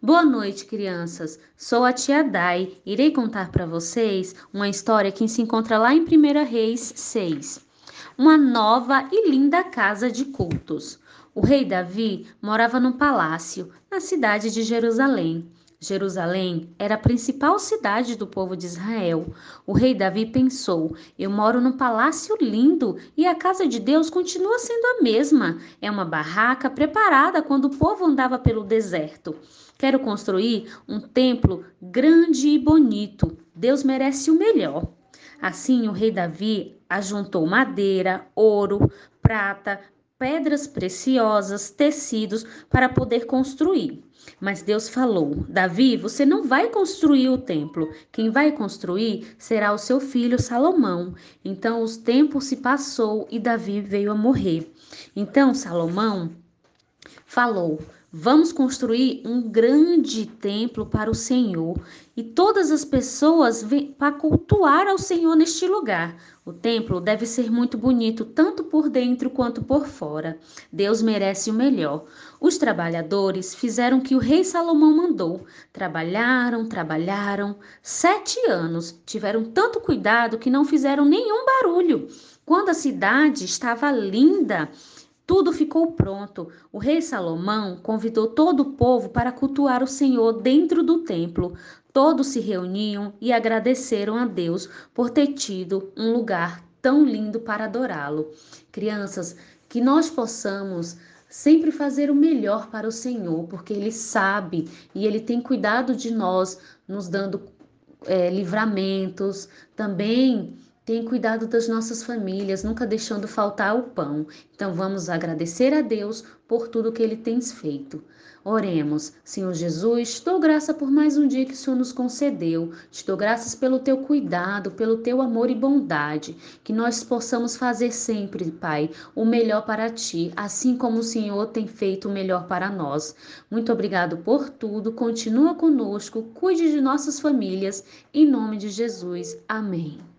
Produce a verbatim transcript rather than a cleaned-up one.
Boa noite, crianças. Sou a tia Dai. Irei contar para vocês uma história que se encontra lá em Primeira Reis seis. Uma nova e linda casa de cultos. O rei Davi morava num palácio, na cidade de Jerusalém. Jerusalém era a principal cidade do povo de Israel. O rei Davi pensou: eu moro num palácio lindo e a casa de Deus continua sendo a mesma. É uma barraca preparada quando o povo andava pelo deserto. Quero construir um templo grande e bonito. Deus merece o melhor. Assim, o rei Davi ajuntou madeira, ouro, prata, pedras preciosas, tecidos para poder construir. Mas Deus falou: Davi, você não vai construir o templo. Quem vai construir será o seu filho Salomão. Então, os tempos se passou e Davi veio a morrer. Então, Salomão falou: vamos construir um grande templo para o Senhor e todas as pessoas vêm para cultuar ao Senhor neste lugar. O templo deve ser muito bonito, tanto por dentro quanto por fora. Deus merece o melhor. Os trabalhadores fizeram o que o rei Salomão mandou. Trabalharam, trabalharam. Sete anos. Tiveram tanto cuidado que não fizeram nenhum barulho. Quando a cidade estava linda, tudo ficou pronto. O rei Salomão convidou todo o povo para cultuar o Senhor dentro do templo. Todos se reuniam e agradeceram a Deus por ter tido um lugar tão lindo para adorá-lo. Crianças, que nós possamos sempre fazer o melhor para o Senhor, porque Ele sabe e Ele tem cuidado de nós, nos dando é, livramentos, também tem cuidado das nossas famílias, nunca deixando faltar o pão. Então vamos agradecer a Deus por tudo que Ele tem feito. Oremos. Senhor Jesus, te dou graça por mais um dia que o Senhor nos concedeu. Te dou graças pelo teu cuidado, pelo teu amor e bondade. Que nós possamos fazer sempre, Pai, o melhor para ti, assim como o Senhor tem feito o melhor para nós. Muito obrigado por tudo. Continua conosco, cuide de nossas famílias. Em nome de Jesus. Amém.